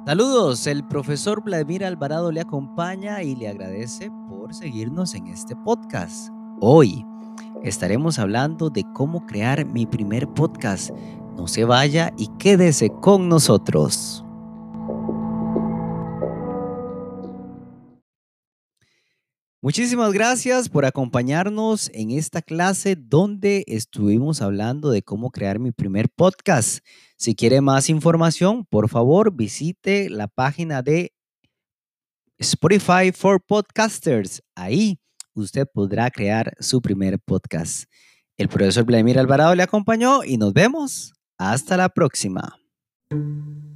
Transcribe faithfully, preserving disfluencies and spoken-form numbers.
Saludos, el profesor Vladimir Alvarado le acompaña y le agradece por seguirnos en este podcast. Hoy estaremos hablando de cómo crear mi primer podcast. No se vaya y quédese con nosotros. Muchísimas gracias por acompañarnos en esta clase donde estuvimos hablando de cómo crear mi primer podcast. Si quiere más información, por favor visite la página de Spotify for Podcasters. Ahí usted podrá crear su primer podcast. El profesor Vladimir Alvarado le acompañó y nos vemos. Hasta la próxima.